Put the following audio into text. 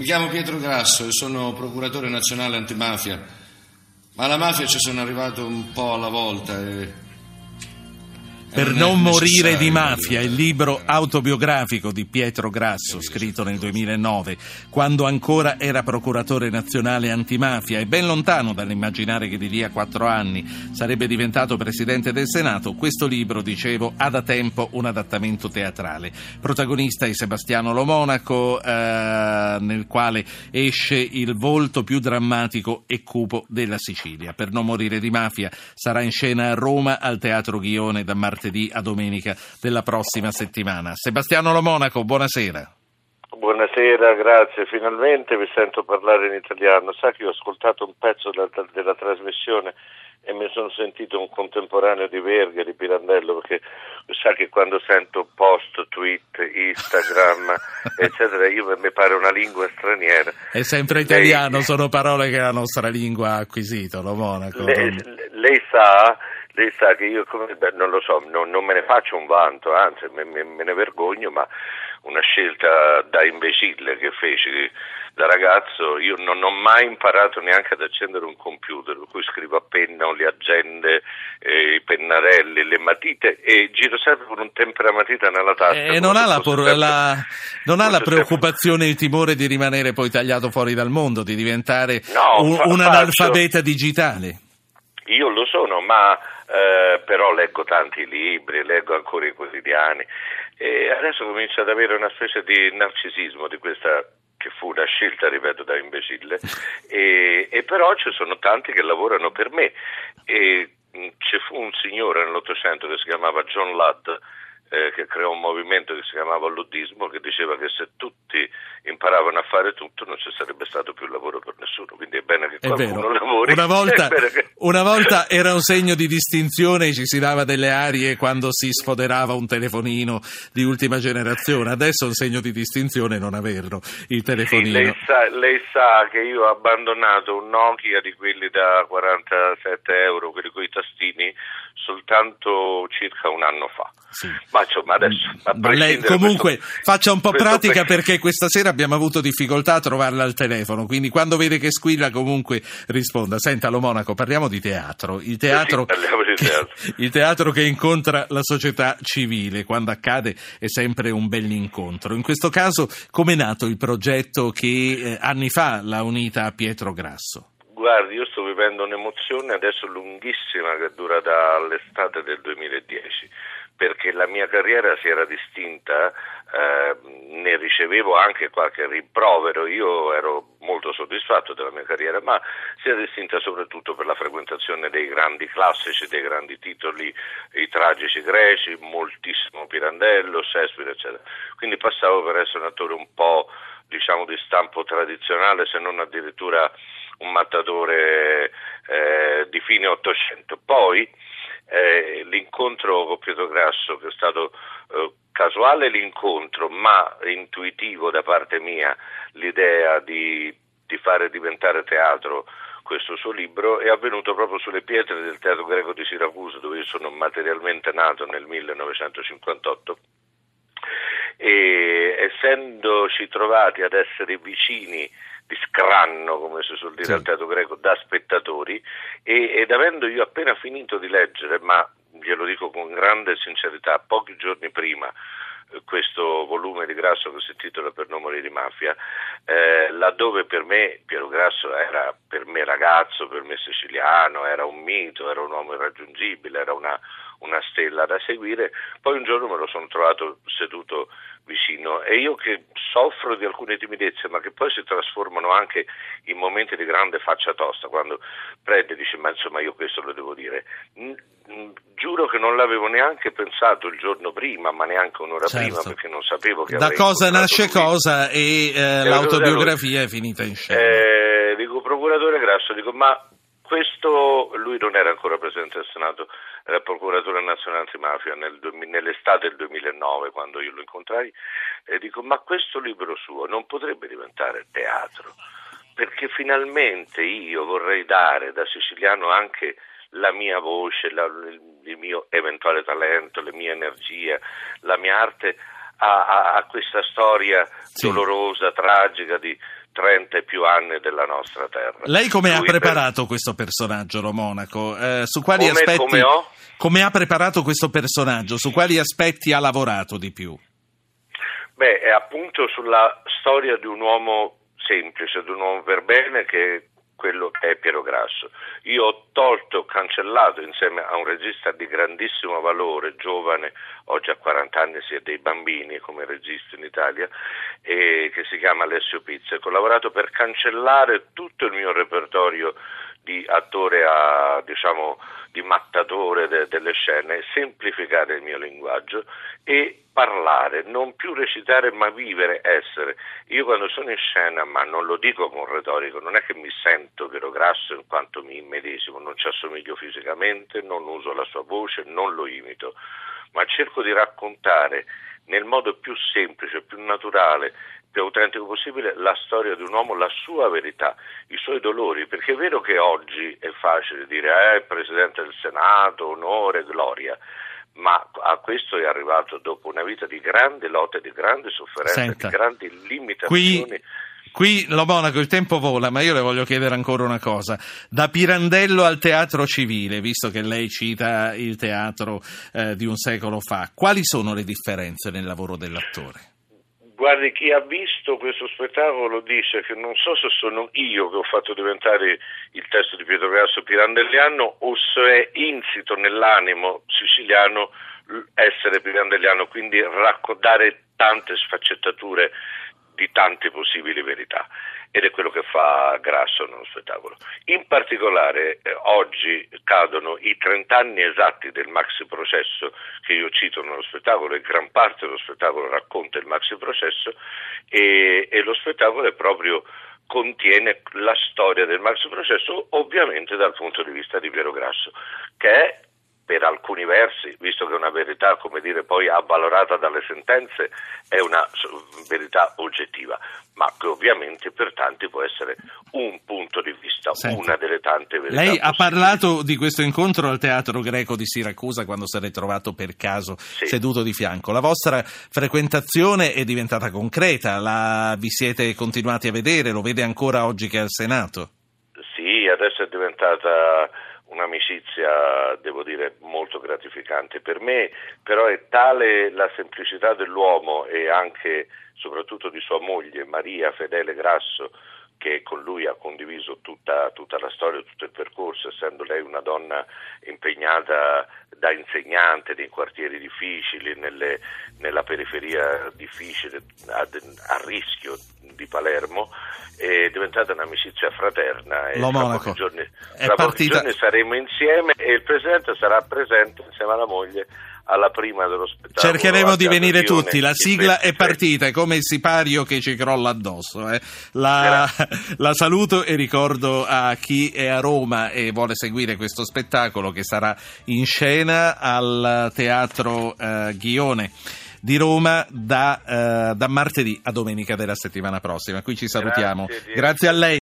Mi chiamo Pietro Grasso e sono procuratore nazionale antimafia, ma alla mafia ci sono arrivato un po' alla volta e Per non morire di mafia, il libro autobiografico di Pietro Grasso, scritto nel 2009, quando ancora era procuratore nazionale antimafia e ben lontano dall'immaginare che di lì a 4 anni sarebbe diventato presidente del Senato. Questo libro, dicevo, ha da tempo un adattamento teatrale. Protagonista è Sebastiano Lo Monaco, nel quale esce il volto più drammatico e cupo della Sicilia. Per non morire di mafia sarà in scena a Roma al Teatro Ghione da martedì a domenica della prossima settimana. Sebastiano Lo Monaco, buonasera. Buonasera, grazie. Finalmente vi sento parlare in italiano. Sa che ho ascoltato un pezzo della trasmissione e mi sono sentito un contemporaneo di Verga, di Pirandello, perché sa che quando sento post, tweet, Instagram, eccetera, mi pare una lingua straniera. È sempre italiano, sono parole che la nostra lingua ha acquisito, Lo Monaco. Lei sa che io, non lo so, non me ne faccio un vanto, anzi me ne vergogno, ma una scelta da imbecille che feci da ragazzo. Io non ho mai imparato neanche ad accendere un computer, per cui scrivo a penna, ho le agende, i pennarelli, le matite e giro sempre con un temperamatita nella tasca. E non ha la preoccupazione e il timore di rimanere poi tagliato fuori dal mondo, di diventare un analfabeta digitale? Io lo sono, ma però leggo tanti libri, leggo ancora i quotidiani e adesso comincio ad avere una specie di narcisismo di questa, che fu una scelta, ripeto, da imbecille, e però ci sono tanti che lavorano per me e ci fu un signore nell'Ottocento che si chiamava John Ladd, che creò un movimento che si chiamava luddismo, che diceva che se tutti imparavano a fare tutto non ci sarebbe stato più lavoro per nessuno, quindi è bene che qualcuno lavori. Una volta era un segno di distinzione, ci si dava delle arie quando si sfoderava un telefonino di ultima generazione, adesso è un segno di distinzione non averlo, il telefonino. Sì, lei sa che io ho abbandonato un Nokia di quelli da 47 euro, quelli con i tastini, soltanto circa un anno fa. Sì. Ma insomma adesso lei comunque faccia un po' pratica perché questa sera abbiamo avuto difficoltà a trovarla al telefono, quindi quando vede che squilla comunque risponda. Senta, Lo Monaco, parliamo di teatro. Il teatro che incontra la società civile, quando accade è sempre un bell'incontro. In questo caso come è nato il progetto che anni fa l'ha unita a Pietro Grasso? Guardi, io sto vivendo un'emozione adesso lunghissima che dura dall'estate del 2010, perché la mia carriera si era distinta, ne ricevevo anche qualche rimprovero, io ero molto soddisfatto della mia carriera, ma si era distinta soprattutto per la frequentazione dei grandi classici, dei grandi titoli, i tragici greci, moltissimo Pirandello, Shakespeare, eccetera. Quindi passavo per essere un attore un po', diciamo, di stampo tradizionale, se non addirittura un mattatore di fine Ottocento. Poi l'incontro con Pietro Grasso, che è stato casuale l'incontro, ma intuitivo da parte mia, l'idea di fare diventare teatro questo suo libro, è avvenuto proprio sulle pietre del Teatro Greco di Siracusa, dove io sono materialmente nato nel 1958. E essendoci trovati ad essere vicini di scranno, come si suol dire, al Teatro Greco, da spettatori, ed avendo io appena finito di leggere, ma glielo dico con grande sincerità, pochi giorni prima, questo volume di Grasso che si intitola Per non morire di mafia, laddove per me Piero Grasso era, per me ragazzo, per me siciliano, era un mito, era un uomo irraggiungibile, era una stella da seguire, poi un giorno me lo sono trovato seduto vicino e io che soffro di alcune timidezze, ma che poi si trasformano anche in momenti di grande faccia tosta, quando prende e dice ma insomma io questo lo devo dire, giuro che non l'avevo neanche pensato il giorno prima, ma neanche un'ora prima, perché non sapevo che da cosa nasce lui. Cosa e l'autobiografia è finita in scena. Dico procuratore Grasso, dico ma questo, lui non era ancora presidente del Senato, era procuratore nazionale antimafia nell'estate del 2009 quando io lo incontrai, e dico ma questo libro suo non potrebbe diventare teatro, perché finalmente io vorrei dare da siciliano anche la mia voce, il mio eventuale talento, le mie energie, la mia arte a questa storia dolorosa, tragica di 30 e più anni della nostra terra. Lei come ha preparato questo personaggio, Lo Monaco? Su quali aspetti? Come ha preparato questo personaggio? Su quali aspetti ha lavorato di più? Beh, è appunto sulla storia di un uomo semplice, di un uomo per bene, che è quello che è Piero Grasso. Io ho cancellato insieme a un regista di grandissimo valore, giovane, oggi a 40 anni, si è dei bambini come regista in Italia, che si chiama Alessio Pizza. Ho lavorato per cancellare tutto il mio repertorio di attore di mattatore delle scene, semplificare il mio linguaggio e parlare, non più recitare ma vivere, essere. Io quando sono in scena, ma non lo dico con retorico, non è che mi sento Piero Grasso in quanto mi immedesimo, non ci assomiglio fisicamente, non uso la sua voce, non lo imito, ma cerco di raccontare nel modo più semplice, più naturale, più autentico possibile la storia di un uomo, la sua verità, i suoi dolori, perché è vero che oggi è facile dire Presidente del Senato, onore, gloria, ma a questo è arrivato dopo una vita di grande lotte, di grande sofferenza, di grandi limitazioni. Qui, Lo Monaco, il tempo vola, ma io le voglio chiedere ancora una cosa. Da Pirandello al teatro civile, visto che lei cita il teatro di un secolo fa, quali sono le differenze nel lavoro dell'attore? Guardi, chi ha visto questo spettacolo dice che non so se sono io che ho fatto diventare il testo di Pietro Grasso pirandelliano o se è insito nell'animo siciliano essere pirandelliano, quindi raccontare tante sfaccettature di tante possibili verità, ed è quello che fa Grasso nello spettacolo. In particolare oggi cadono i 30 anni esatti del maxi processo che io cito nello spettacolo, e gran parte dello spettacolo racconta il maxi processo, e lo spettacolo contiene la storia del maxi processo, ovviamente dal punto di vista di Piero Grasso, che è, per alcuni versi, visto che è una verità, poi avvalorata dalle sentenze, è una verità oggettiva, ma che ovviamente per tanti può essere un punto di vista, una delle tante verità. Lei ha parlato di questo incontro al Teatro Greco di Siracusa quando si è trovato per caso seduto di fianco. La vostra frequentazione è diventata concreta, vi siete continuati a vedere, lo vede ancora oggi che è al Senato? Sì, adesso è diventata un'amicizia, devo dire, molto gratificante per me, però è tale la semplicità dell'uomo e anche soprattutto di sua moglie Maria Fedele Grasso, che con lui ha condiviso tutta la storia, tutto il percorso, essendo lei una donna impegnata da insegnante nei quartieri difficili, nella periferia difficile, a rischio di Palermo. È diventata un'amicizia fraterna e tra pochi giorni saremo insieme e il Presidente sarà presente insieme alla moglie alla prima dello spettacolo. Cercheremo di venire tutti, la sigla è partita, è come il sipario che ci crolla addosso. La saluto e ricordo a chi è a Roma e vuole seguire questo spettacolo che sarà in scena al Teatro Ghione di Roma da martedì a domenica della settimana prossima. Qui ci salutiamo. Grazie a lei.